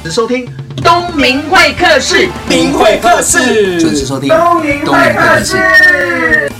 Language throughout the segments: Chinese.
时收听东明会客室， 明会客室， 准时收听东明会客室。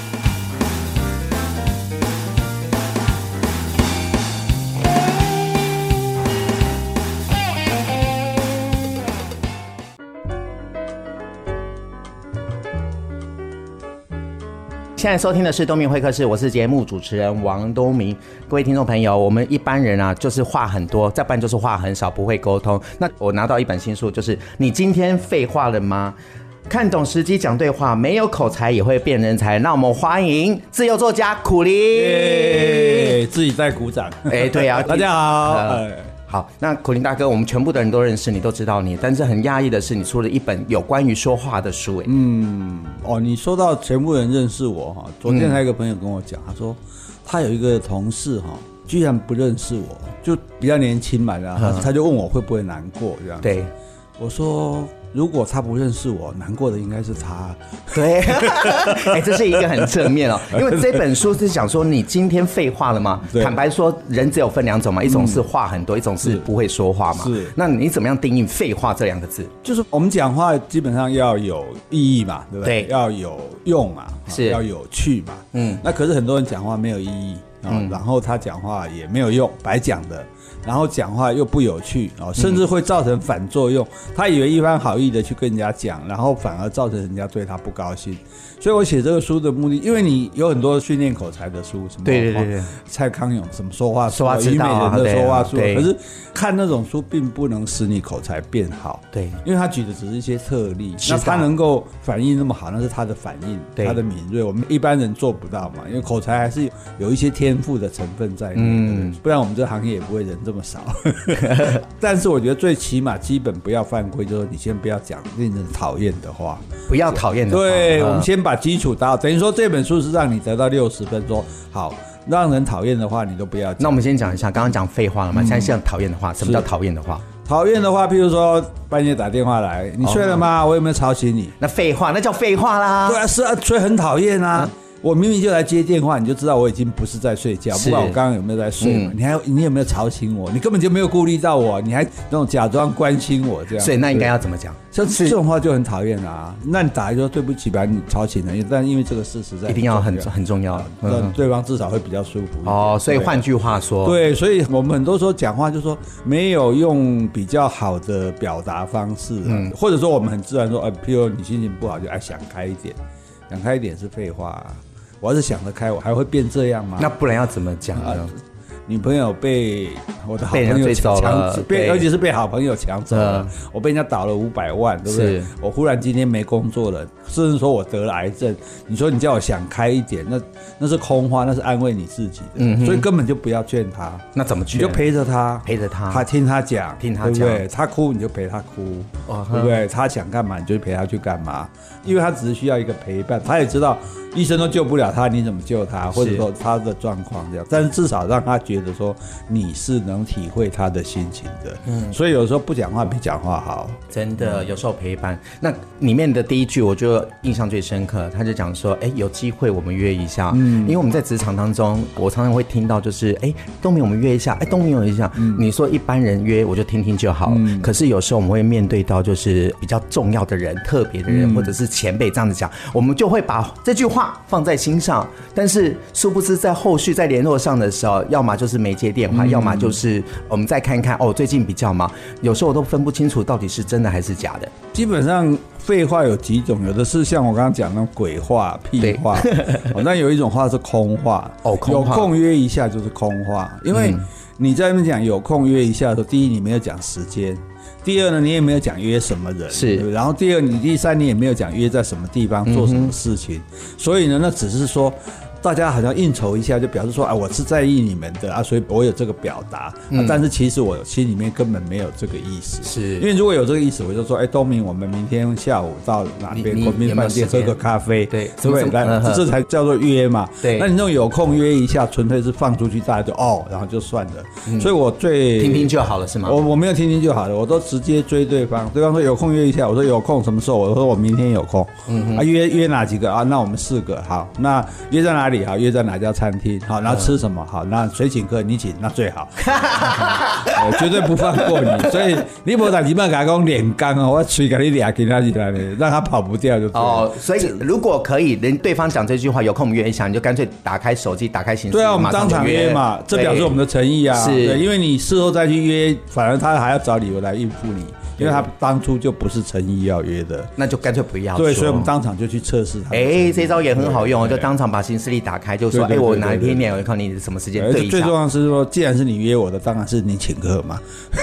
现在收听的是东明会客室，我是节目主持人王东明。各位听众朋友，我们一般人啊，就是话很多，再不然就是话很少，不会沟通。那我拿到一本新书，就是你今天废话了吗？看懂时机讲对话，没有口才也会变人才。那我们欢迎自由作家苦苓， 自己在鼓掌。 对啊， 大家好。 好，那苦苓大哥，我们全部的人都认识你，都知道你，但是很讶异的是，你出了一本有关于说话的书。 你说到全部人认识我哈，昨天还有一个朋友跟我讲，他说他有一个同事哈，居然不认识我，就比较年轻嘛，然后他就问我会不会难过这样。 对， 我说如果他不认识我，难过的应该是他。 对，这是一个很正面哦，因为这本书是讲说你今天废话了吗？坦白说，人只有分两种嘛，一种是话很多，一种是不会说话嘛。是，那你怎么样定义废话这两个字？就是我们讲话基本上要有意义嘛，对不对？要有用嘛，是要有趣嘛。那可是很多人讲话没有意义，然后他讲话也没有用，白讲的。然后讲话又不有趣甚至会造成反作用。他以为一番好意的去跟人家讲，然后反而造成人家对他不高兴。所以我写这个书的目的，因为你有很多训练口才的书，什么对，蔡康永什么说话之道的说话术，可是看那种书并不能使你口才变好。对，因为他举的只是一些特例，那他能够反应那么好，那是他的反应，他的敏锐，我们一般人做不到嘛。因为口才还是有一些天赋的成分在里面，不然我们这行业也不会人这么少。但是我觉得最起码基本不要犯规，就是你先不要讲令人讨厌的话， 不要讨厌的话。 对，我们先把基础打好，等于说这本书是让你得到60分，说好让人讨厌的话你都不要讲。 那我们先讲一下，刚刚讲废话了嘛，现在像讨厌的话，什么叫讨厌的话？ 讨厌的话，譬如说半夜打电话来，你睡了吗？我有没有吵醒你？ 那废话，那叫废话啦。 对啊，是啊，所以很讨厌啊。我明明就来接电话，你就知道我已经不是在睡觉，不管我刚刚有没有在睡嘛。你有没有吵醒我？你根本就没有顾虑到我，你还那种假装关心我这样。 所以那应该要怎么讲？ 像这种话就很讨厌啊。那你打来说对不起，把你吵醒了，但因为这个事实在一定要很重要， 让对方至少会比较舒服。 所以换句话说， 对，所以我们很多时候讲话就说没有用比较好的表达方式，或者说我们很自然说，譬如你心情不好就想开一点，想开一点是废话啊。我要是想得开，我还会变这样吗？ 那不然要怎么讲呢？ 女朋友被我的好朋友抢走，而且是被好朋友抢走了。我被人家倒了500万，对不对？我忽然今天没工作了，甚至说我得了癌症。你说你叫我想开一点，那是空话，那是安慰你自己的。所以根本就不要劝他。 那怎么劝？ 你就陪着他，他听他讲，对不对？他哭你就陪他哭，对不对？他想干嘛你就陪他去干嘛，因为他只是需要一个陪伴。他也知道医生都救不了他，你怎么救他？或者说他的状况这样，但是至少让他觉得说你是能体会他的心情的。所以有时候不讲话比讲话好， 真的。有时候陪伴，那里面的第一句我就印象最深刻，他就讲说，有机会我们约一下。因为我们在职场当中，我常常会听到就是，东明我们约一下，东明约一下。你说一般人约我就听听就好，可是有时候我们会面对到就是比较重要的人、特别的人，或者是前辈这样子讲，我们就会把这句话放在心上，但是殊不知在后续在联络上的时候，要么就是没接电话，要么就是我们再看看最近比较忙，有时候我都分不清楚到底是真的还是假的。 基本上废话有几种，有的是像我刚刚讲那种鬼话、屁话，但有一种话是空话。有空约一下就是空话，因为你在那边讲有空约一下的时候，第一你没有讲时间。第二呢，你也没有讲约什么人，是。然后第三，你也没有讲约在什么地方做什么事情，所以呢，那只是说大家好像应酬一下，就表示说我是在意你们的所以我有这个表达。但是其实我心里面根本没有这个意思，是因为如果有这个意思，我就说东明，我们明天下午到哪边国民饭店喝个咖啡，对，对不对？来，这才叫做约嘛。对，那你那种有空约一下，纯粹是放出去，大家就然后就算了。所以我最听听就好了，是吗？ 我没有听听就好了，我都直接追对方。对方说有空约一下，我说有空什么时候？我说我明天有空。约哪几个啊？那我们4个好，那约在哪里？ 哪里好，约在哪家餐厅好，然后吃什么好，那谁请客你请，那最好，绝对不放过你。所以你没打你们讲讲脸刚哦，我吹给你俩给他起来，让他跑不掉就对了。 哦，所以如果可以，人对方讲这句话，有空我们约一下，你就干脆打开手机，打开行事历， 对啊，我们当场约嘛，这表示我们的诚意啊。 是， 对，因为你事后再去约，反而他还要找理由来应付你。因为他当初就不是诚意要约的， 那就干脆不要。 对，所以我们当场就去测试他。 这招也很好用，就当场把行事历打开，就说我哪一天我看你什么时间对一下。 最重要的是说，既然是你约我的，当然是你请客嘛。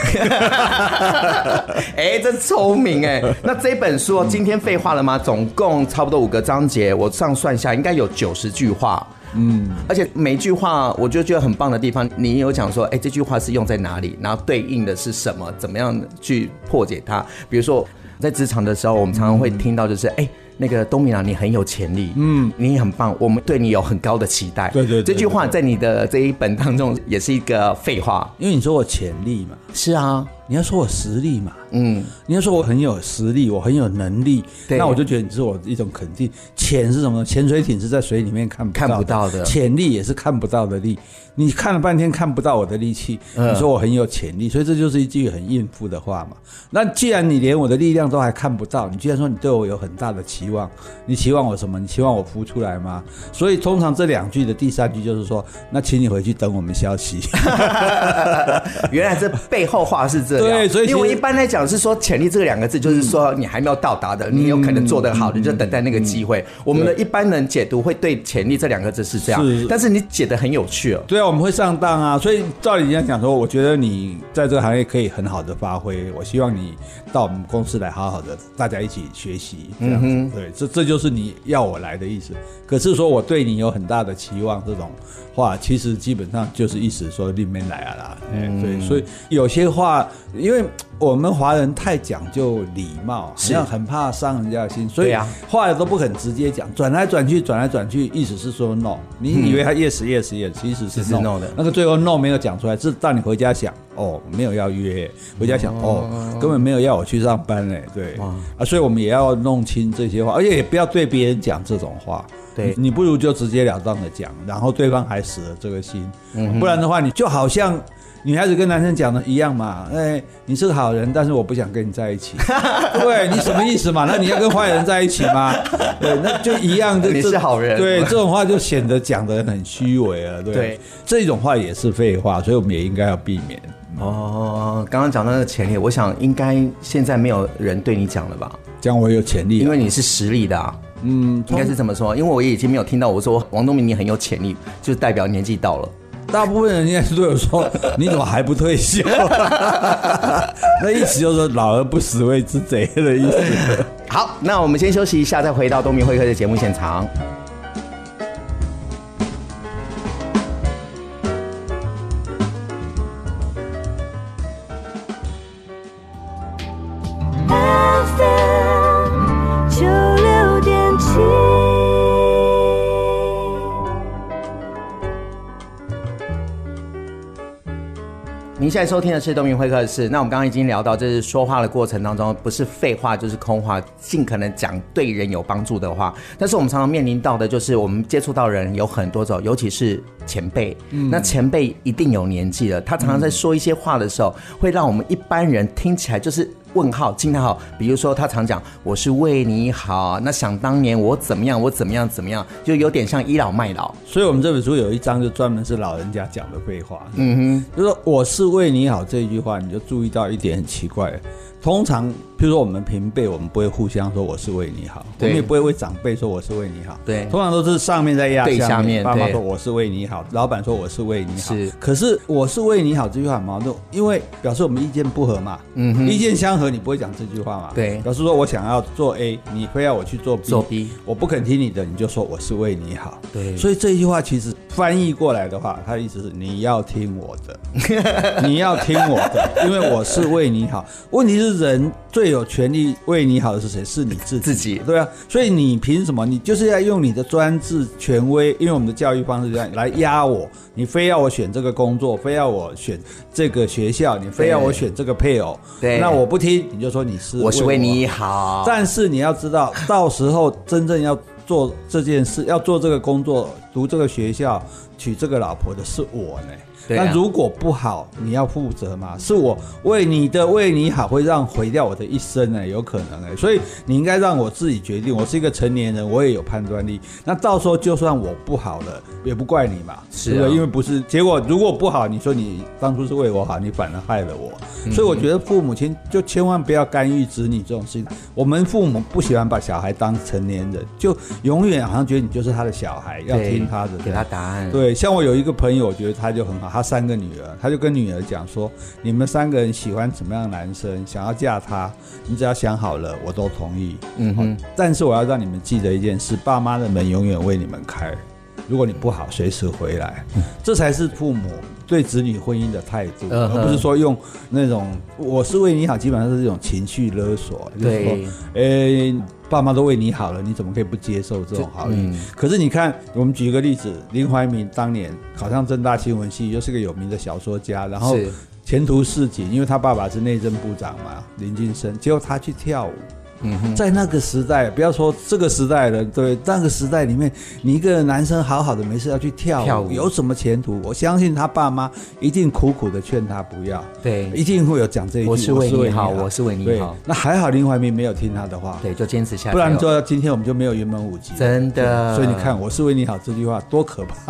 真聪明那这本书今天废话了吗？总共差不多5个章节，我上算下应该有90句话。而且每句话我就觉得很棒的地方，你有讲说，这句话是用在哪里，然后对应的是什么，怎么样去破解它。比如说在职场的时候，我们常常会听到就是，那个东明啊，你很有潜力，你很棒，我们对你有很高的期待。 对， 这句话在你的这一本当中也是一个废话， 因为你说我潜力嘛， 是啊， 你要说我实力嘛，你要说我很有实力，我很有能力，那我就觉得你是我一种肯定。潜是什么？潜水艇是在水里面看不到的，潜力也是看不到的力。你看了半天看不到我的力气，你说我很有潜力，所以这就是一句很应付的话嘛。那既然你连我的力量都还看不到，你居然说你对我有很大的期望，你期望我什么？你期望我孵出来吗？所以通常这2句的第3句就是说，那请你回去等我们消息。 原来这背后话是这样。 对，所以因为一般来讲是说潜力这2个字，就是说你还没有到达的，你有可能做得好，你就等待那个机会。我们的一般人解读会对潜力这2个字是这样，但是你解得很有趣哦。 对啊，我们会上当啊，所以照理讲说，我觉得你在这个行业可以很好的发挥，我希望你到我们公司来好好的，大家一起学习这样子。对，这就是你要我来的意思。可是说我对你有很大的期望，这种话其实基本上就是意思说另面来啊啦。对，所以有些话，因为我们华人太讲究礼貌，好像很怕伤人家的心，所以话都不肯直接讲，转来转去，意思是说 no。你以为他 yes， 其实是 no 的。那个最后 no 没有讲出来，是到你回家想，没有要约，回家想根本没有要我去上班嘞，对所以我们也要弄清这些话，而且也不要对别人讲这种话。对，你不如就直截了当的讲，然后对方还死了这个心，不然的话你就好像女孩子跟男生讲的一样嘛，你是个好人，但是我不想跟你在一起，对，你什么意思嘛？那你要跟坏人在一起吗？对，那就一样， 你是好人， 对，这种话就显得讲得很虚伪了，对，这种话也是废话，所以我们也应该要避免。 刚刚讲到那个潜力，我想应该现在没有人对你讲了吧？ 讲我有潜力， 因为你是实力的应该是这么说，因为我也已经没有听到我说王东明你很有潜力，就是代表年纪到了。 大部分人应该是对我说：“你怎么还不退休？”那意思就是老而不死谓之贼的意思。 好，那我们先休息一下，再回到东明会客的节目现场。您现在收听的是东明会客室。那我们刚刚已经聊到，这是说话的过程当中，不是废话就是空话，尽可能讲对人有帮助的话。但是我们常常面临到的就是，我们接触到人有很多种，尤其是前辈。那前辈一定有年纪了，他常常在说一些话的时候，会让我们一般人听起来就是问号惊叹号。比如说他常讲我是为你好，那想当年我怎么样，我怎么样怎么样，就有点像倚老卖老。 所以我们这本书有一章就专门是老人家讲的废话。就是说我是为你好这一句话，你就注意到一点很奇怪。通常譬如说我们平辈，我们不会互相说我是为你好，我们也不会为长辈说我是为你好， 对， 通常都是上面在压下面，爸妈说我是为你好，老板说我是为你好，可是我是为你好这句话很矛盾，因为表示我们意见不合嘛，意见相合你不会讲这句话嘛， 对， 表示说我想要做 A， 你非要我去做 B， 我不肯听你的，你就说我是为你好，对，所以这句话其实翻译过来的话，它的意思是你要听我的，你要听我的，因为我是为你好。问题是人最有权利为你好的是谁？是你自己，对啊。所以你凭什么？你就是要用你的专制权威，因为我们的教育方式这样来压我。你非要我选这个工作，非要我选这个学校，你非要我选这个配偶，对，那我不听，你就说我是为你好。但是你要知道，到时候真正要做这件事，要做这个工作，读这个学校，娶这个老婆的是我呢。那如果不好，你要负责嘛？是我为你好，会让毁掉我的一生呢，有可能所以你应该让我自己决定。我是一个成年人，我也有判断力。那到时候就算我不好了，也不怪你嘛，是对不对？因为不是结果，如果不好，你说你当初是为我好，你反而害了我。所以我觉得父母亲就千万不要干预子女这种事情。我们父母不喜欢把小孩当成年人，就永远好像觉得你就是他的小孩，要听他的， 给他答案。 对，像我有一个朋友，我觉得他就很好。他3个女儿，他就跟女儿讲说，你们3个人喜欢什么样的男生，想要嫁他，你只要想好了，我都同意。但是我要让你们记得一件事，爸妈的门永远为你们开，如果你不好，随时回来。这才是父母对子女婚姻的态度，而不是说用那种我是为你好，基本上是这种情绪勒索，就是说爸妈都为你好了，你怎么可以不接受这种好意？可是你看，我们举一个例子，林怀民当年考上政大新闻系，又是个有名的小说家，然后前途似锦，因为他爸爸是内政部长嘛，林金生，结果他去跳舞。在那个时代，不要说这个时代了，对，那个时代里面，你一个男生好好的没事要去跳舞，有什么前途？我相信他爸妈一定苦苦的劝他不要， 对， 一定会有讲这一句， 我是为你好，我是为你好。 那还好林怀民没有听他的话， 对，就坚持下去， 不然说今天我们就没有云门舞集， 真的。 所以你看，我是为你好这句话多可怕。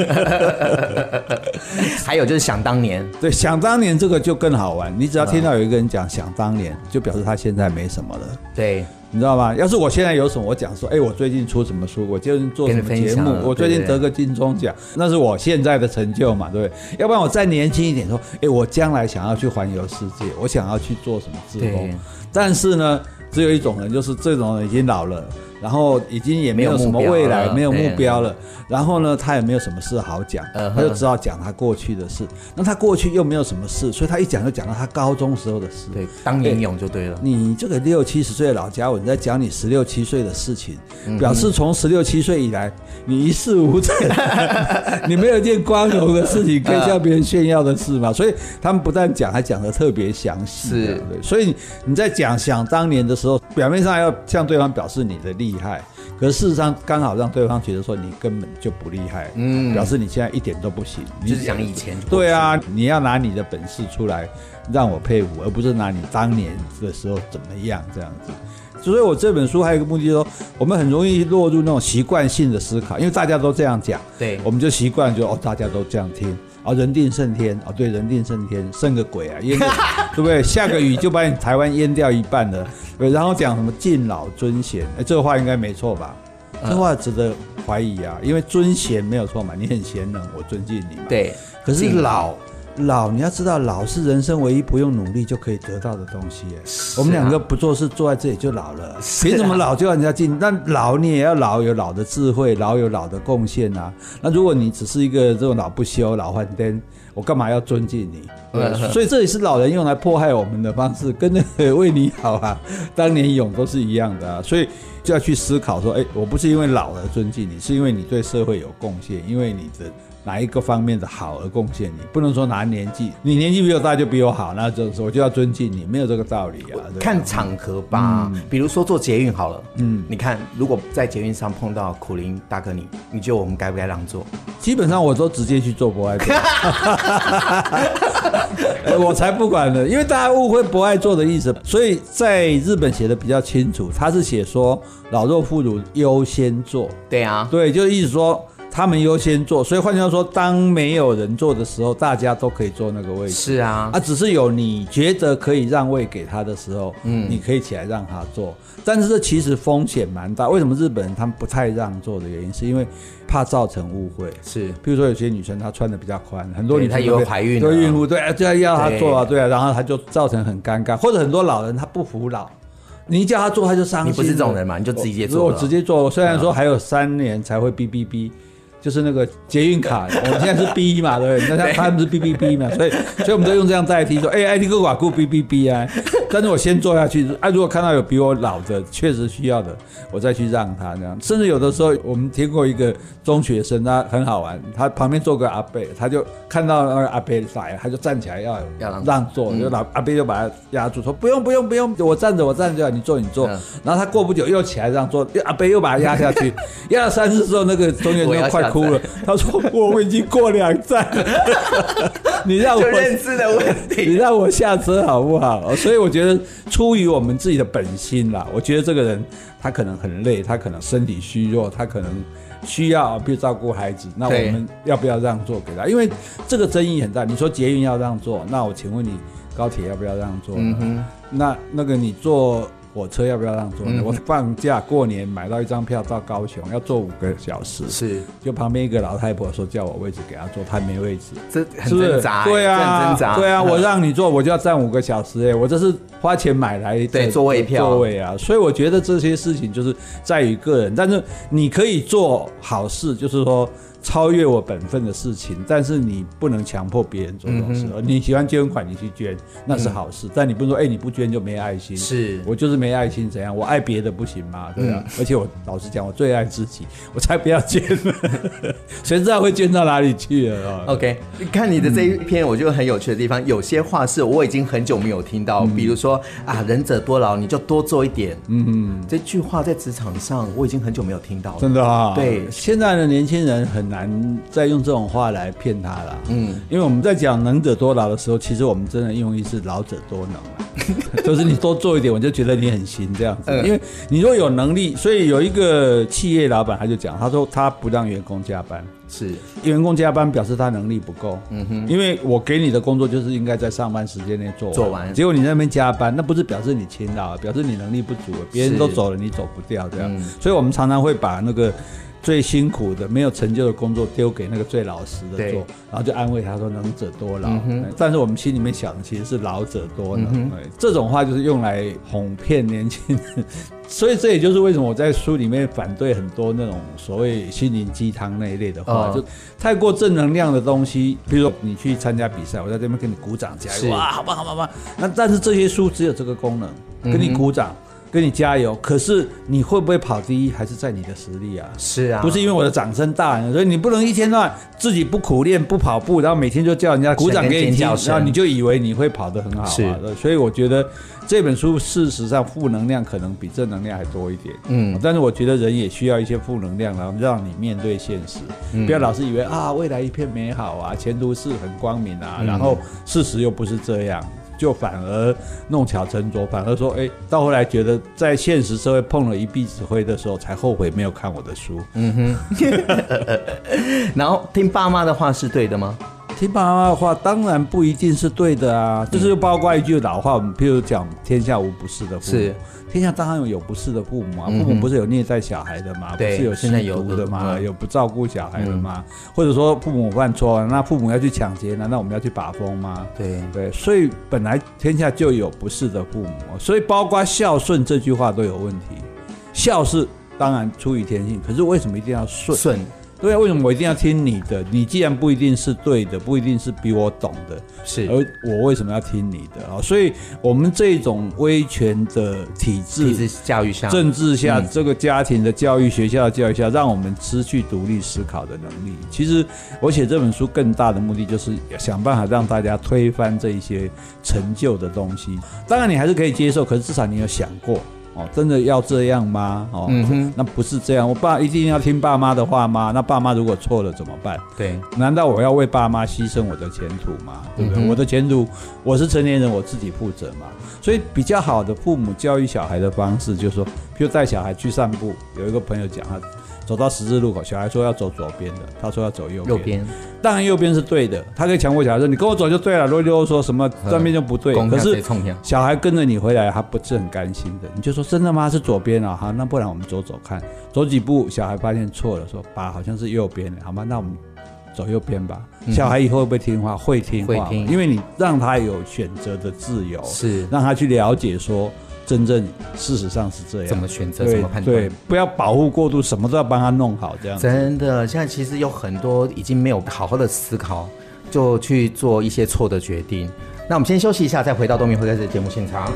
还有就是想当年， 对，想当年这个就更好玩，你只要听到有一个人讲想当年，就表示他现在没什么了。 对， 你知道吗？要是我现在有什么，我讲说，我最近出什么书，我最近做什么节目，我最近得个金钟奖，那是我现在的成就嘛，对不对？要不然我再年轻一点说，我将来想要去环游世界，我想要去做什么志工。但是呢，只有一种人，就是这种人已经老了，然后已经也没有什么未来，没有目标了，然后呢，他也没有什么事好讲，他就只好讲他过去的事。那他过去又没有什么事，所以他一讲就讲到他高中时候的事。 对，当年勇就对了。 你这个60、70岁的老家伙，你在讲你16、17岁的事情，表示从16、17岁以来，你一事无成，你没有一件光荣的事情可以向别人炫耀的事嘛？所以他们不但讲，还讲得特别详细。是，所以你在讲想当年的时候，表面上要向对方表示你的厉害，可是事实上刚好让对方觉得说你根本就不厉害，表示你现在一点都不行。 就是讲以前。 对啊，你要拿你的本事出来让我佩服，而不是拿你当年的时候怎么样这样子。所以我这本书还有一个目的，就是说我们很容易落入那种习惯性的思考，因为大家都这样讲，对，我们就习惯就大家都这样听。人定胜天对，人定胜天，胜个鬼啊，淹个对不对？下个雨就把你台湾淹掉一半了，对。然后讲什么敬老尊贤，这个话应该没错吧？这话值得怀疑啊，因为尊贤没有错嘛，你很贤能，我尊敬你嘛。对。可是老，你要知道，老是人生唯一不用努力就可以得到的东西。我们2个不做事，坐在这里就老了。凭什么老就要人家敬？那老你也要老有老的智慧，老有老的贡献啊。那如果你只是一个这种老不休、老换灯，我干嘛要尊敬你？所以这也是老人用来迫害我们的方式，跟那个为你好啊，当年勇都是一样的啊。所以就要去思考说，我不是因为老而尊敬你，是因为你对社会有贡献，因为你的哪一个方面的好而贡献你，不能说拿年纪，你年纪比我大就比我好，那就是我就要尊敬你，没有这个道理啊。 看场合吧，比如说做捷运好了，你看如果在捷运上碰到苦苓大哥你觉得我们该不该让座？ 基本上我都直接去做博爱座。我才不管呢，因为大家误会博爱座的意思，所以在日本写的比较清楚，他是写说老弱妇孺优先坐。对啊，对，就意思说他们优先坐，所以换句话说，当没有人坐的时候，大家都可以坐那个位置。是啊，只是有你觉得可以让位给他的时候，你可以起来让他坐。但是这其实风险蛮大。为什么日本人他们不太让座的原因，是因为怕造成误会。是，比如说有些女生她穿的比较宽，很多女生她有怀孕，对孕妇，对，就要她坐啊，对啊，然后她就造成很尴尬。或者很多老人他不服老。你一叫他坐他就伤心。你不是这种人嘛，你就直接坐了。我直接坐，虽然说还有3年才会哔哔哔。 就是那个捷运卡，我们现在是 B 嘛，对不对？那他们是 BBB 嘛，所以我们都用这样代替说，你给我瓦固 BBB 啊。但是我先做下去，如果看到有比我老的确实需要的，我再去让他这样。甚至有的时候，我们听过一个中学生，他很好玩，他旁边坐个阿伯，他就看到那个阿伯来，他就站起来要让座，就阿伯就把他压住，说不用，我站着，你坐。然后他过不久又起来让座，阿伯又把他压下去，压了3次之后，那个中学生快哭了，他说我已经过2站了，你让我认知的问题， 你让我下车好不好？所以我觉得出于我们自己的本心啦，我觉得这个人他可能很累，他可能身体虚弱，他可能需要比如照顾孩子，那我们要不要让座给他？因为这个争议很大。你说捷运要让座，那我请问你高铁要不要让座呢？那个你坐火车要不要让座呢？我放假过年买到一张票到高雄，要坐5个小时， 是就旁边一个老太婆说叫我位置给她坐，她没位置， 这很挣扎， 对啊，对啊，我让你坐，我就要站5个小时，我这是花钱买来的座位票， 座位啊，所以我觉得这些事情就是在于个人，但是你可以做好事，就是说超越我本分的事情，但是你不能强迫别人做这种事。你喜欢捐款，你去捐，那是好事。但你不能说，你不捐就没爱心。 是，我就是没爱心，怎样？我爱别的不行吗？对吧？而且我老实讲，我最爱自己，我才不要捐呢。谁知道会捐到哪里去了 ？OK， 看你的这一篇，我觉得很有趣的地方，有些话是我已经很久没有听到，比如说仁者多劳，你就多做一点。这句话在职场上我已经很久没有听到了。 真的啊？ 对， 现在的年轻人很难再用这种话来骗他了。因为我们在讲能者多劳的时候，其实我们真的用意是劳者多能了，就是你多做一点，我就觉得你很行这样子。因为你如果有能力，所以有一个企业老板他就讲，他说他不让员工加班。 是， 员工加班表示他能力不够。因为我给你的工作就是应该在上班时间内做完，结果你在那边加班，那不是表示你勤劳，表示你能力不足，别人都走了，你走不掉这样。所以我们常常会把那个最辛苦的、没有成就的工作丢给那个最老实的做，然后就安慰他说能者多劳。但是我们心里面想的其实是劳者多能。这种话就是用来哄骗年轻人。所以这也就是为什么我在书里面反对很多那种所谓心灵鸡汤那一类的话，就太过正能量的东西。比如说你去参加比赛，我在这边跟你鼓掌加油，哇，好棒好棒好棒。那但是这些书只有这个功能，跟你鼓掌。跟你加油，可是你会不会跑第一，还是在你的实力啊？ 是啊， 不是因为我的掌声大，所以你不能一天到晚自己不苦练、不跑步，然后每天就叫人家鼓掌给你听，然后你就以为你会跑得很好啊。是，所以我觉得这本书事实上负能量可能比正能量还多一点。但是我觉得人也需要一些负能量，然后让你面对现实，不要老是以为未来一片美好啊，前途是很光明啊，然后事实又不是这样。就反而弄巧成拙，反而说，到后来觉得在现实社会碰了一壁纸灰的时候，才后悔没有看我的书。 然后听爸妈的话是对的吗？ 听爸妈的话当然不一定是对的啊，就是包括一句老话，我们譬如讲天下无不是的父母，天下当然有不是的父母啊。父母不是有虐待小孩的吗？不是有吸毒的吗？有不照顾小孩的吗？或者说父母犯错，那父母要去抢劫，难道我们要去把风吗？对，所以本来天下就有不是的父母，所以包括孝顺这句话都有问题。孝是当然出于天性，可是为什么一定要顺？对啊，为什么我一定要听你的？你既然不一定是对的，不一定是比我懂的，是，而我为什么要听你的？所以我们这种威权的体制教育下、 政治下，这个家庭的教育、学校的教育下，让我们失去独立思考的能力。其实我写这本书更大的目的，就是想办法让大家推翻这一些陈旧的东西。当然你还是可以接受，可是至少你有想过。真的要这样吗？那不是这样。我爸一定要听爸妈的话吗？那爸妈如果错了怎么办？对，难道我要为爸妈牺牲我的前途吗？对不对？我的前途，我是成年人，我自己负责嘛。所以比较好的父母教育小孩的方式，就是说，譬如带小孩去散步。有一个朋友讲，他走到十字路口，小孩说要走左边的，他说要走右边。当然右边是对的，他可以强迫小孩说你跟我走就对了，啰啰说什么断边就不对。可是小孩跟着你回来，他不是很甘心的。你就说真的吗？是左边啊？好，那不然我们走走看。走几步，小孩发现错了，说爸好像是右边的，好吗？那我们走右边吧。小孩以后会不会听话？会听话，因为你让他有选择的自由，是让他去了解说真正事实上是这样， 怎么选择，怎么判断？ 对，不要保护过度，什么都要帮他弄好，这样子。 真的，现在其实有很多已经没有好好的思考，就去做一些错的决定。那我们先休息一下，再回到东明会客室的节目现场。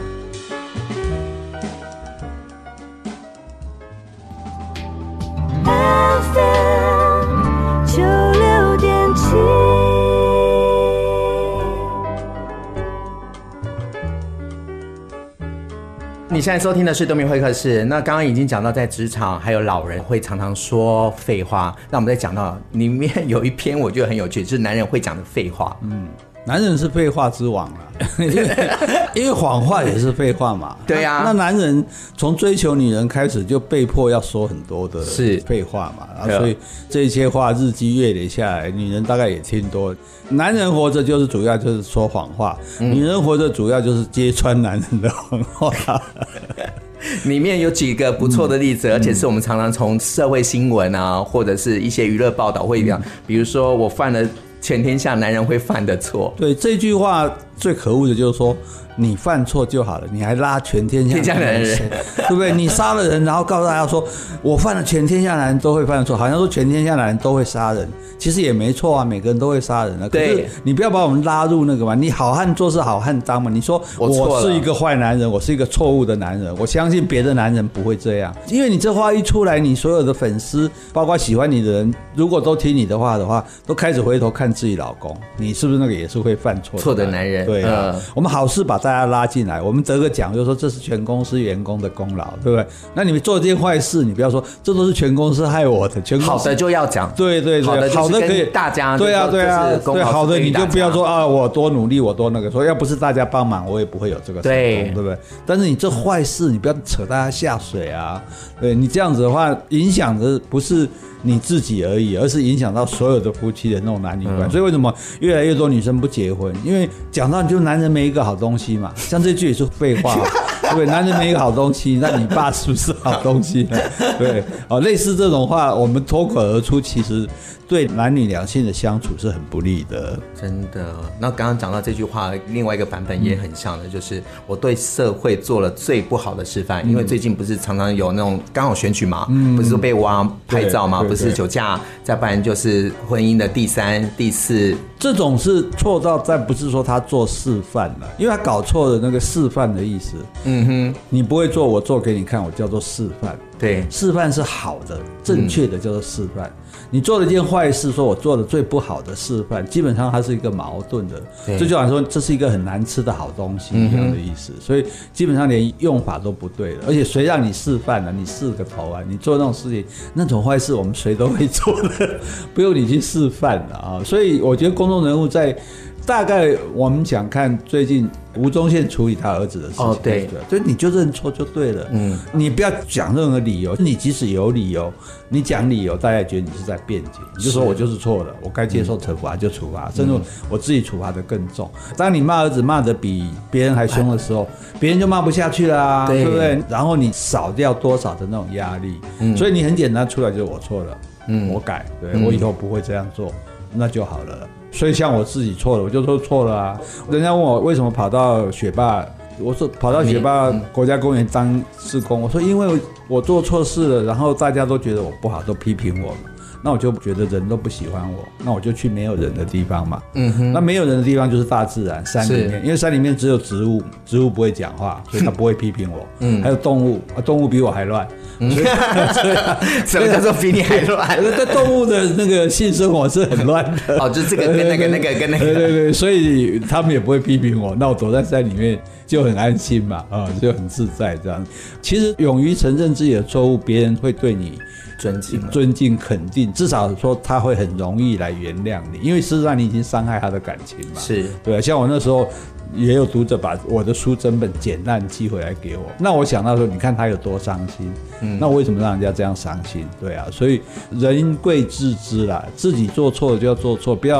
你现在收听的是东明会客室。那刚刚已经讲到，在职场还有老人会常常说废话。那我们再讲到里面有一篇，我觉得很有趣，就是男人会讲的废话。 男人是废话之王啦，因为谎话也是废话嘛。 对啊， 那男人从追求女人开始就被迫要说很多的废话嘛，然后所以这些话日积月累下来，女人大概也听多了。男人活着就是主要就是说谎话，女人活着主要就是揭穿男人的谎话。 里面有几个不错的例子，而且是我们常常从社会新闻啊，或者是一些娱乐报道会讲，比如说我犯了全天下男人会犯的错。 对，这句话最可恶的就是说，你犯错就好了，你还拉全天下男人，对不对？你杀了人，然后告诉大家说，我犯了全天下男人都会犯的错，好像说全天下男人都会杀人，其实也没错啊，每个人都会杀人啊。可是你不要把我们拉入那个嘛，你好汉做事好汉当嘛。你说我是一个坏男人，我是一个错误的男人，我相信别的男人不会这样，因为你这话一出来，你所有的粉丝，包括喜欢你的人，如果都听你的话的话，都开始回头看自己老公，你是不是那个也是会犯错的男人？ 对啊，我们好事把大家拉进来，我们得个奖，就是说这是全公司员工的功劳，对不对？那你们做这件坏事，你不要说这都是全公司害我的，全公司好的就要讲， 对对对，好的可以大家， 对啊对啊，对好的你就不要说啊，我多努力，我多那个，说要不是大家帮忙，我也不会有这个成功，对不对？但是你这坏事，你不要扯大家下水啊，对你这样子的话，影响的不是你自己而已，而是影响到所有的夫妻的那种男女关系。所以为什么越来越多女生不结婚？因为讲到就男人没一个好东西嘛，像这句也是废话，对不对？男人没一个好东西，那你爸是不是好东西？对，类似这种话，我们脱口而出，其实对男女两性的相处是很不利的。 真的。那刚刚讲到这句话，另外一个版本也很像的，就是我对社会做了最不好的示范。因为最近不是常常有那种刚好选举嘛，不是被挖拍照嘛，不是酒驾，再不然就是婚姻的第3、第4， 这种是错到再不是说他做示范了，因为他搞错了那个示范的意思。你不会做，我做给你看，我叫做示范。 对， 示范是好的，正确的叫做示范。你做了一件坏事，说我做的最不好的示范，基本上它是一个矛盾的。这就好像说这是一个很难吃的好东西一样的意思。所以基本上连用法都不对了。而且谁让你示范了？你示个头啊！你做那种事情，那种坏事我们谁都会做的，不用你去示范了啊！所以我觉得公众人物在大概我们想看最近吴宗宪处理他儿子的事情， 对， 所以你就认错就对了。你不要讲任何理由，你即使有理由，你讲理由，大家觉得你是在辩解，你就说我就是错了，我该接受惩罚就处罚，甚至我自己处罚的更重。当你骂儿子骂的比别人还凶的时候，别人就骂不下去啦，对不对？然后你少掉多少的那种压力，所以你很简单出来就是我错了，我改，对，我以后不会这样做，那就好了。所以像我自己错了，我就说错了啊。人家问我为什么跑到雪霸，我说跑到雪霸国家公园当志工，我说因为我做错事了，然后大家都觉得我不好，都批评我了。那我就觉得人都不喜欢我，那我就去没有人的地方嘛。那没有人的地方就是大自然，山里面，因为山里面只有植物，植物不会讲话，所以它不会批评我。还有动物，动物比我还乱。 什么叫做比你还乱？ 对动物的那个性生活是很乱的。 就是这个跟那个跟那个。 对，所以他们也不会批评我。那我躲在山里面就很安心嘛，就很自在这样。其实勇于承认自己的错误，别人会对你尊敬肯定，至少说他会很容易来原谅你，因为事实上你已经伤害他的感情嘛。 是对，像我那时候也有读者把我的书整本剪烂寄回来给我，那我想到说你看他有多伤心，那我为什么让人家这样伤心？对啊，所以人贵自知啦，自己做错了就要做错，不要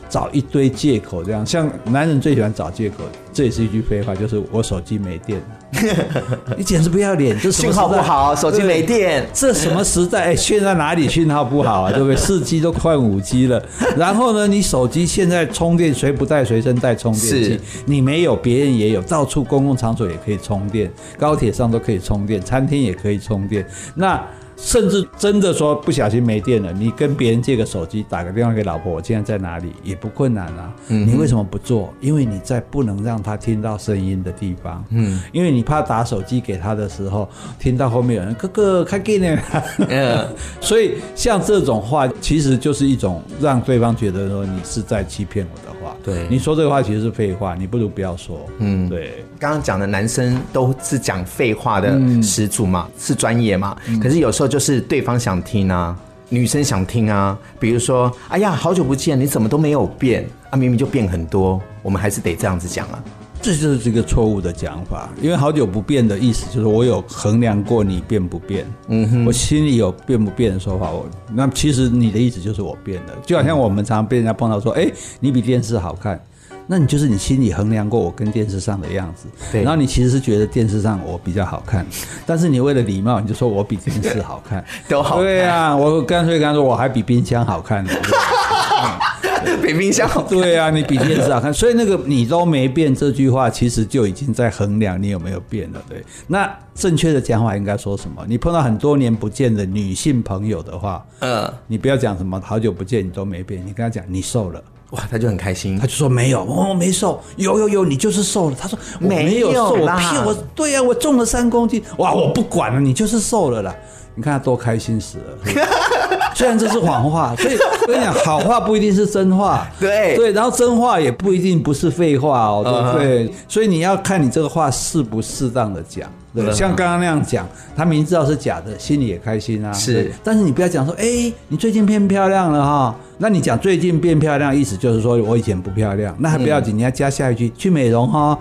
找一堆借口这样，像男人最喜欢找借口，这也是一句废话，就是我手机没电了。你简直不要脸，这讯号不好，手机没电， 这什么时代？现在哪里讯号不好啊？对不对？4G 都换5G 了，然后呢，你手机现在充电谁不带随身带充电器？你没有，别人也有，到处公共场所也可以充电，高铁上都可以充电，餐厅也可以充电。那甚至真的说不小心没电了，你跟别人借个手机，打个电话给老婆，我现在在哪里也不困难啊。你为什么不做？因为你在不能让他听到声音的地方，因为你怕打手机给他的时候，听到后面有人哥哥开给呢，所以像这种话，其实就是一种让对方觉得说你是在欺骗我的话。 对， 你说这个话其实是废话，你不如不要说。对。 刚刚讲的男生都是讲废话的始祖嘛，是专业嘛。可是有时候就是对方想听啊，女生想听啊。比如说，哎呀，好久不见，你怎么都没有变啊？明明就变很多，我们还是得这样子讲啊。 这就是一个错误的讲法，因为好久不变的意思就是我有衡量过你变不变，我心里有变不变的说法，那其实你的意思就是我变了，就好像我们常常被人家碰到说，你比电视好看。那你就是你心里衡量过我跟电视上的样子，对，然后你其实是觉得电视上我比较好看，但是你为了礼貌，你就说我比电视好看， 都好看。 对啊，我干脆跟他说我还比冰箱好看呢。 比冰箱好看。 对啊，你比电视好看，所以那个你都没变这句话，其实就已经在衡量你有没有变了。对，那正确的讲法应该说什么？你碰到很多年不见的女性朋友的话，你不要讲什么好久不见你都没变，你跟他讲你瘦了。 哇，他就很开心， 他就说没有，我没瘦，有，你就是瘦了。他说我没有瘦，我骗我，对啊，我重了3公斤，哇，我不管了，你就是瘦了啦。你看他多开心死了。虽然这是谎话，所以我跟你讲，好话不一定是真话，对，然后真话也不一定不是废话哦，对不对？所以你要看你这个话适不适当的讲。对，像刚刚那样讲，他明知道是假的，心里也开心啊。是，但是你不要讲说，你最近变漂亮了哈。那你讲最近变漂亮，意思就是说我以前不漂亮，那还不要紧，你要加下一句去美容哈。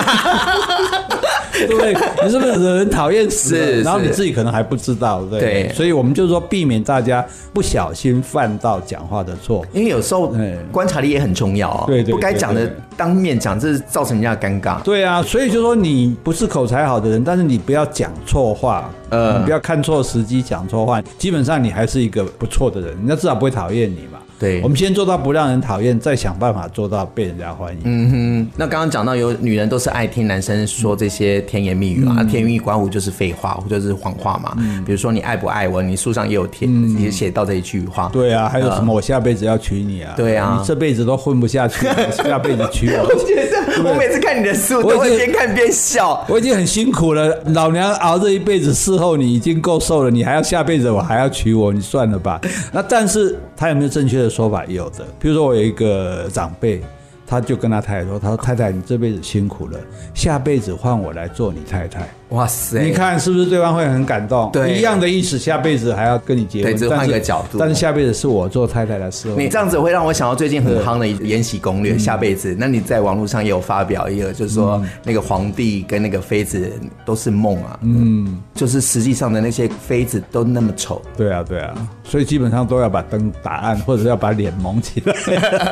对不对？你是不是惹人讨厌死了？然后你自己可能还不知道，对。所以我们就说避免大家不小心犯到讲话的错， 因为有时候观察力也很重要哦。对，不该讲的当面讲，这是造成人家的尴尬。 对啊，所以就说你不是口才好的人，但是你不要讲错话，你不要看错时机讲错话，基本上你还是一个不错的人，人家至少不会讨厌你嘛。对，我们先做到不让人讨厌，再想办法做到被人家欢迎。 那刚刚讲到有女人都是爱听男生说这些甜言蜜语啊，甜言蜜语刮胡就是废话或者是谎话嘛。比如说你爱不爱我，你书上也有也写到这一句话。 对啊，还有什么我下辈子要娶你啊？对啊，你这辈子都混不下去，下辈子娶我。 我每次看你的书都会边看边笑。 我已经很辛苦了，老娘熬这一辈子伺候你已经够受了，你还要下辈子我还要娶我，你算了吧。那但是他有没有正确的说法？有的，比如说我有一个长辈，他就跟他太太说，他说太太你这辈子辛苦了，下辈子换我来做你太太。哇塞，你看是不是对方会很感动？对，一样的意思，下辈子还要跟你结婚，对，只换一个角度。但是下辈子是我做太太的事。 你这样子会让我想到最近很夯的《延禧攻略》下辈子。那你在网络上也有发表一个，就是说那个皇帝跟那个妃子都是梦啊，就是实际上的那些妃子都那么丑。 对啊，对啊，所以基本上都要把灯打暗，或者要把脸蒙起来。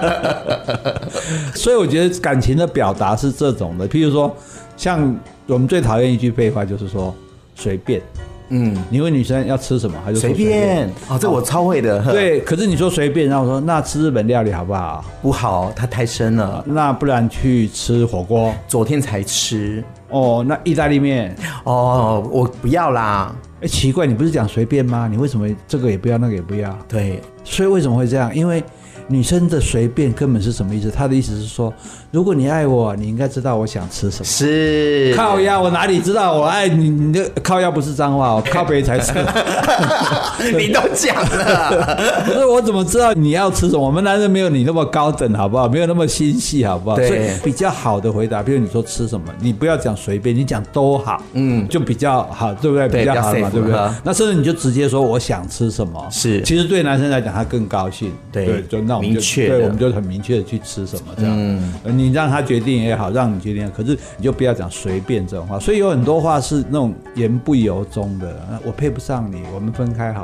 所以我觉得感情的表达是这种的，譬如说像我们最讨厌一句废话就是说随便，你问女生要吃什么，她就说随便。 哦，这我超会的。 对，可是你说随便，然后我说那吃日本料理好不好？ 不好，它太深了。 那不然去吃火锅？ 昨天才吃。 哦，那意大利面？ 哦，我不要啦。 奇怪，你不是讲随便吗？你为什么这个也不要，那个也不要？对，所以为什么会这样？因为女生的随便根本是什么意思？她的意思是说，如果你爱我，你应该知道我想吃什么。是靠腰，我哪里知道我爱你？你的靠腰不是脏话，靠北才是。 你都讲了， 可是我怎么知道你要吃什么？我们男人没有你那么高等，好不好？没有那么心细，好不好？所以比较好的回答，比如你说吃什么，你不要讲随便，你讲都好，就比较好，对不对？比较好嘛，对不对？那甚至你就直接说我想吃什么，是，其实对男生来讲他更高兴，对，就那我们就对，我们就很明确的去吃什么这样。你让他决定也好，让你决定，可是你就不要讲随便这种话。所以有很多话是那种言不由衷的，我配不上你，我们分开好了。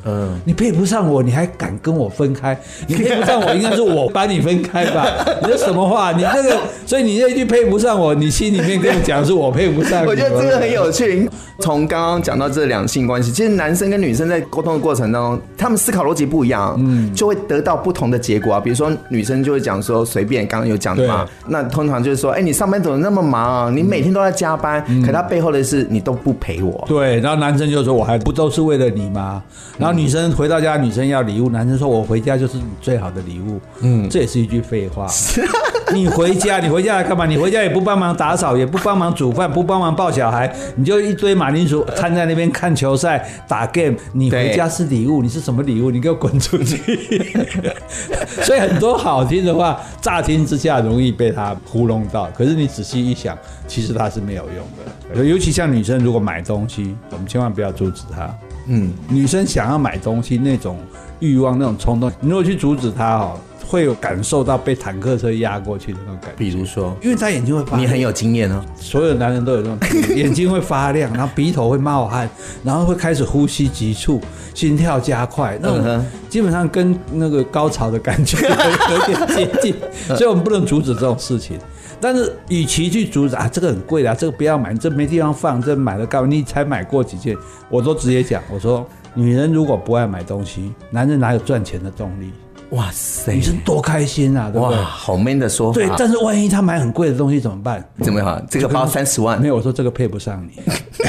你配不上我，你还敢跟我分开？你配不上我，应该是我把你分开吧？你这什么话？你那个，所以你那句配不上我，你心里面跟我讲是我配不上你。 我觉得这个很有趣。从刚刚讲到这两性关系，其实男生跟女生在沟通的过程当中，他们思考逻辑不一样，就会得到不同的结果啊。比如说女生就会讲说，随便刚刚有讲的嘛，那通常就是说，你上班怎么那么忙啊？你每天都在加班，可他背后的是你都不陪我。 对，然后男生就说，我还不都是为了你吗？然后女生回到家，女生要礼物，男生说我回家就是你最好的礼物。这也是一句废话。你回家来干嘛？你回家也不帮忙打扫，也不帮忙煮饭，不帮忙抱小孩，你就一堆马铃薯摊在那边看球赛打 game。你回家是礼物，你是什么礼物？你给我滚出去！所以很多好听的话，乍听之下容易被他糊弄到，可是你仔细一想，其实他是没有用的。尤其像女生如果买东西，我们千万不要阻止她。女生想要买东西那种欲望、那种冲动，你如果去阻止她会有感受到被坦克车压过去的那种感觉。 比如说， 因为他眼睛会发亮， 你很有经验哦。 所有的男人都有这种眼睛会发亮，然后鼻头会冒汗，然后会开始呼吸急促，心跳加快，那种基本上跟那个高潮的感觉有点接近。所以我们不能阻止这种事情。但是，与其去阻止这个很贵的，这个不要买，这没地方放，这买了干嘛？你才买过几件，我都直接讲，我说，女人如果不爱买东西，男人哪有赚钱的动力？ 哇塞， 女生多开心啊，对不对？ 哇，好 man 的说法。 对，但是万一他买很贵的东西怎么办？ 怎么样？这个包30万？ 没有，我说这个配不上你。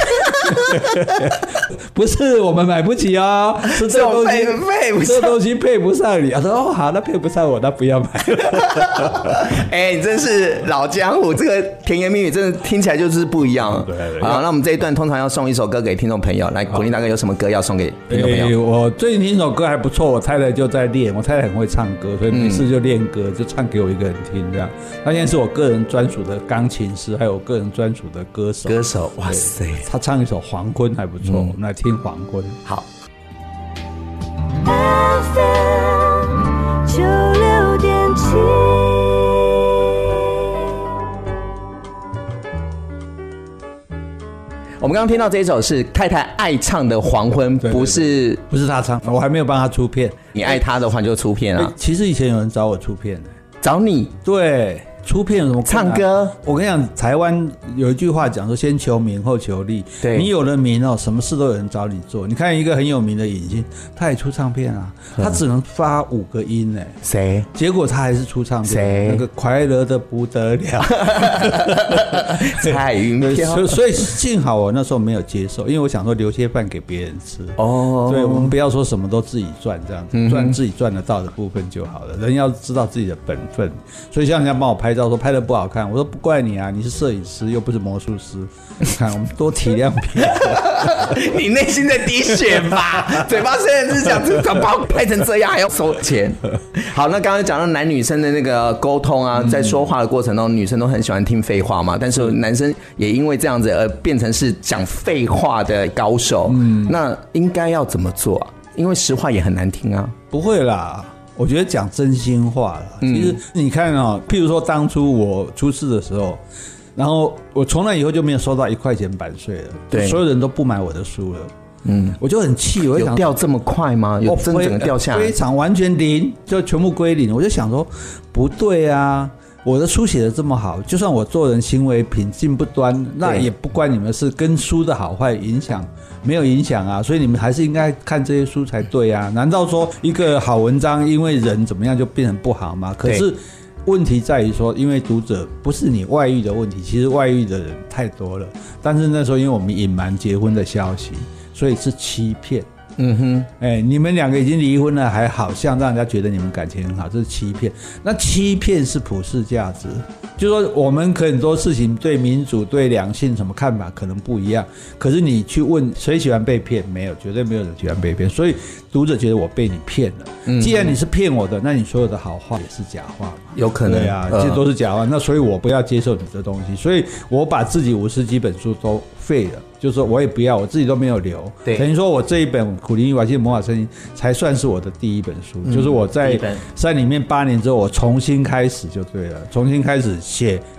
不是我们买不起哦，是这东西这东西配不上你。他说好，那配不上我，那不要买了。 你真是老江湖，这个甜言蜜语真的听起来就是不一样。 对。 好，那我们这一段通常要送一首歌给听众朋友，来，古林大哥有什么歌要送给听众朋友？ 我最近听一首歌还不错，我太太就在练，我太太很会唱歌，所以每次就练歌，就唱给我一个人听这样。他现在是我个人专属的钢琴师，还有我个人专属的歌手。哇塞，他唱一首《黄昏》还不错，我们来听《黄昏》。 好。 FM 96.7。 我们刚刚听到这一首是太太爱唱的《黄昏》，不是他唱，我还没有帮他出片。 你爱他的话就出片啊。 其实以前有人找我出片的， 找你？ 对。出片有什么唱歌？ 我跟你讲，台湾有一句话讲说，先求名后求利。 对， 你有了名什么事都有人找你做。你看一个很有名的影星，他也出唱片啊，他只能发5个音谁？ 结果他还是出唱片。谁？那个快乐的不得了。 彩云飘。 所以幸好我那时候没有接受，因为我想说留些饭给别人吃。所以我们不要说什么都自己赚这样子，赚自己赚得到的部分就好了。人要知道自己的本分。所以像人家帮我拍照说拍得不好看，我说不怪你啊，你是摄影师又不是魔术师，你看我们多体谅别人。 你内心在滴血吧？嘴巴虽然是讲这个把我拍成这样还要收钱。好，那刚刚讲到男女生的那个沟通啊，在说话的过程中，女生都很喜欢听废话嘛，但是男生也因为这样子而变成是讲废话的高手。那应该要怎么做啊？因为实话也很难听啊。 不会啦。我觉得讲真心话了。其实你看譬如说当初我出事的时候，然后我从那以后就没有收到1块钱版税了，对，所有人都不买我的书了。我就很气，我就想有掉这么快吗？有真的整个掉下来？ 非常完全零，就全部归零。我就想说，不对啊。我的书写得这么好，就算我做人行为品性不端，那也不关你们事，跟书的好坏没有影响啊，所以你们还是应该看这些书才对啊。难道说一个好文章因为人怎么样就变成不好吗？可是问题在于说，因为读者不是你外遇的问题，其实外遇的人太多了，但是那时候因为我们隐瞒结婚的消息，所以是欺骗。你们2个已经离婚了，还好像让人家觉得你们感情很好，这是欺骗。那欺骗是普世价值，就是说我们很多事情对民主、对两性什么看法可能不一样，可是你去问谁喜欢被骗，没有，绝对没有人喜欢被骗。所以读者觉得我被你骗了。既然你是骗我的，那你所有的好话也是假话嘛？ 有可能。 对啊，这都是假话。那所以我不要接受你的东西，所以我把自己50几本书都废了。就是说我也不要，我自己都没有留。对，等于说我这一本《苦苓与瓦基的魔法声音》才算是我的第一本书，就是我在山里面8年之后，我重新开始就对了，重新开始写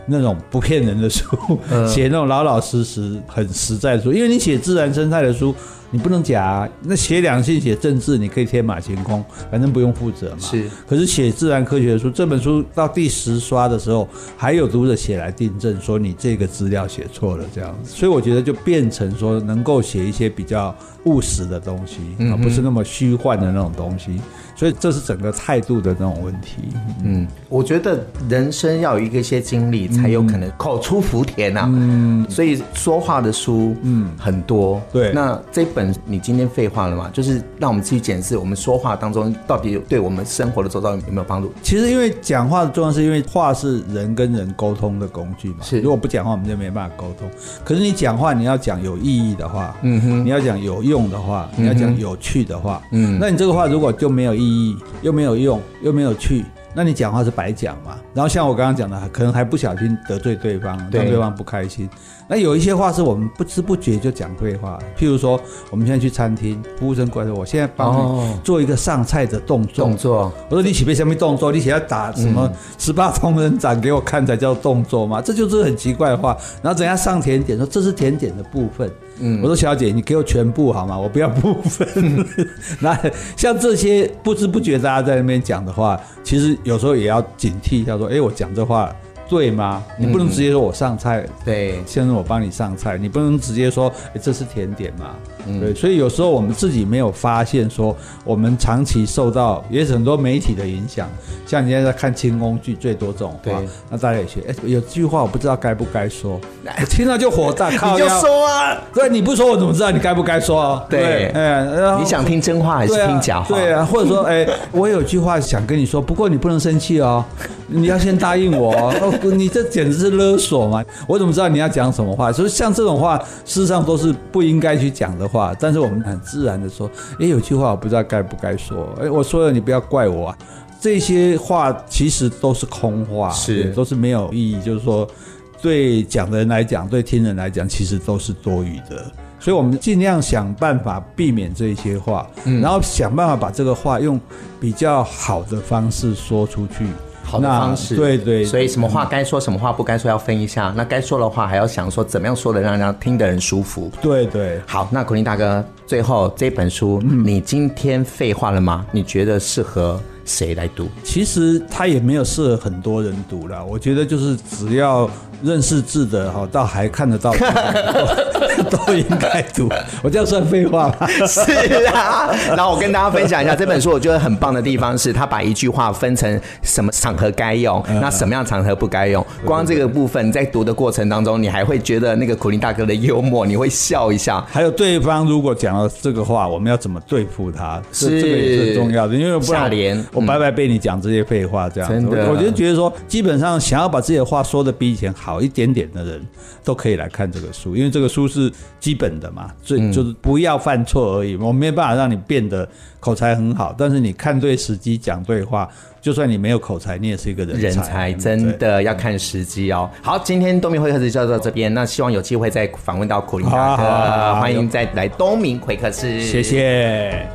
那种不骗人的书，写那种老老实实很实在的书。因为你写自然生态的书你不能假啊，那写两性写政治你可以天马行空，反正不用负责嘛。 是， 可是写自然科学的书，这本书到第10刷的时候，还有读者写来订正说你这个资料写错了这样子，所以我觉得就变成说能够写一些比较务实的东西，不是那么虚幻的那种东西。所以这是整个态度的那种问题。 我觉得人生要有一些经历，才有可能口出福田啊。所以说话的书很多。 对， 那这本你今天废话了嘛？就是让我们去检视我们说话当中到底对我们生活的周遭有没有帮助。 其实因为讲话的重要是因为话是人跟人沟通的工具嘛。是，如果不讲话我们就没办法沟通。可是你讲话你要讲有意义的话，你要讲有用的话，你要讲有趣的话，那你这个话如果就没有意义，又没有用，又没有趣，那你讲话是白讲嘛。然后像我刚刚讲的，可能还不小心得罪对方，让对方不开心。那有一些话是我们不知不觉就讲对话，譬如说我们现在去餐厅，服务生过来说我现在帮你做一个上菜的动作，我说你起别什么动作，你想要打什么18铜人掌给我看才叫动作吗？这就是很奇怪的话。然后等下上甜点说这是甜点的部分，我说小姐你给我全部好吗，我不要部分。那像这些不知不觉大家在那边讲的话，其实有时候也要警惕一下说我讲这话对吗？你不能直接说我上菜，对，先生我帮你上菜，你不能直接说这是甜点嘛。对，所以有时候我们自己没有发现说我们长期受到也是很多媒体的影响，像你现在在看清宫剧最多这种话，那大家也学有句话我不知道该不该说，我听到就火大，靠你就说啊， 对，你不说我怎么知道你该不该说啊？ 对，你想听真话还是听假话？ 对啊，或者说我有句话想跟你说，不过你不能生气哦，你要先答应我哦。你这简直是勒索嘛！我怎么知道你要讲什么话？所以像这种话事实上都是不应该去讲的话，但是我们很自然的说有句话我不知道该不该说，我说了你不要怪我啊。这些话其实都是空话，都是没有意义，就是说对讲的人来讲，对听人来讲其实都是多余的。所以我们尽量想办法避免这些话，然后想办法把这个话用比较好的方式说出去， 好的方式。 对， 所以什么话该说，什么话不该说要分一下。那该说的话还要想说怎么样说的让人听的人舒服。 对。 好，那苦苓大哥，最后这本书你今天废话了吗？你觉得适合谁来读？ 其实它也没有适合很多人读啦，我觉得就是只要认识字的到还看得到都应该读。我这样算废话吗？ 是啊。然后我跟大家分享一下这本书我觉得很棒的地方是他把一句话分成什么场合该用，那什么样场合不该用。光这个部分在读的过程当中你还会觉得那个苦苓大哥的幽默，你会笑一下。 还有对方如果讲了这个话我们要怎么对付他，这个也是很重要的，因为不然我白白被你讲这些废话这样子。我就觉得说基本上想要把自己的话说得比以前好一点点的人都可以来看这个书，因为这个书是基本的嘛，就是不要犯错而已。我没办法让你变得口才很好，但是你看对时机讲对话，就算你没有口才你也是一个人才。 真的要看时机哦。好，今天东明会客室就到这边，那希望有机会再访问到苦苓大哥，欢迎再来东明会客室。 谢谢。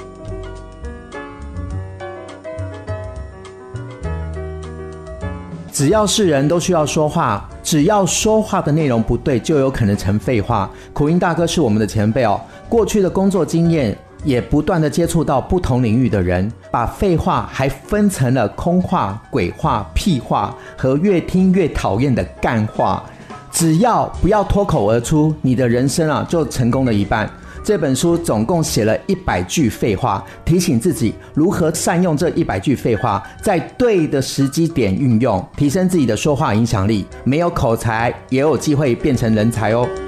只要是人都需要说话，只要说话的内容不对就有可能成废话。苦苓大哥是我们的前辈哦，过去的工作经验也不断的接触到不同领域的人，把废话还分成了空话、鬼话、屁话和越听越讨厌的干话。只要不要脱口而出，你的人生就成功了一半。这本书总共写了100句废话，提醒自己如何善用这100句废话，在对的时机点运用，提升自己的说话影响力。没有口才也有机会变成人才哦。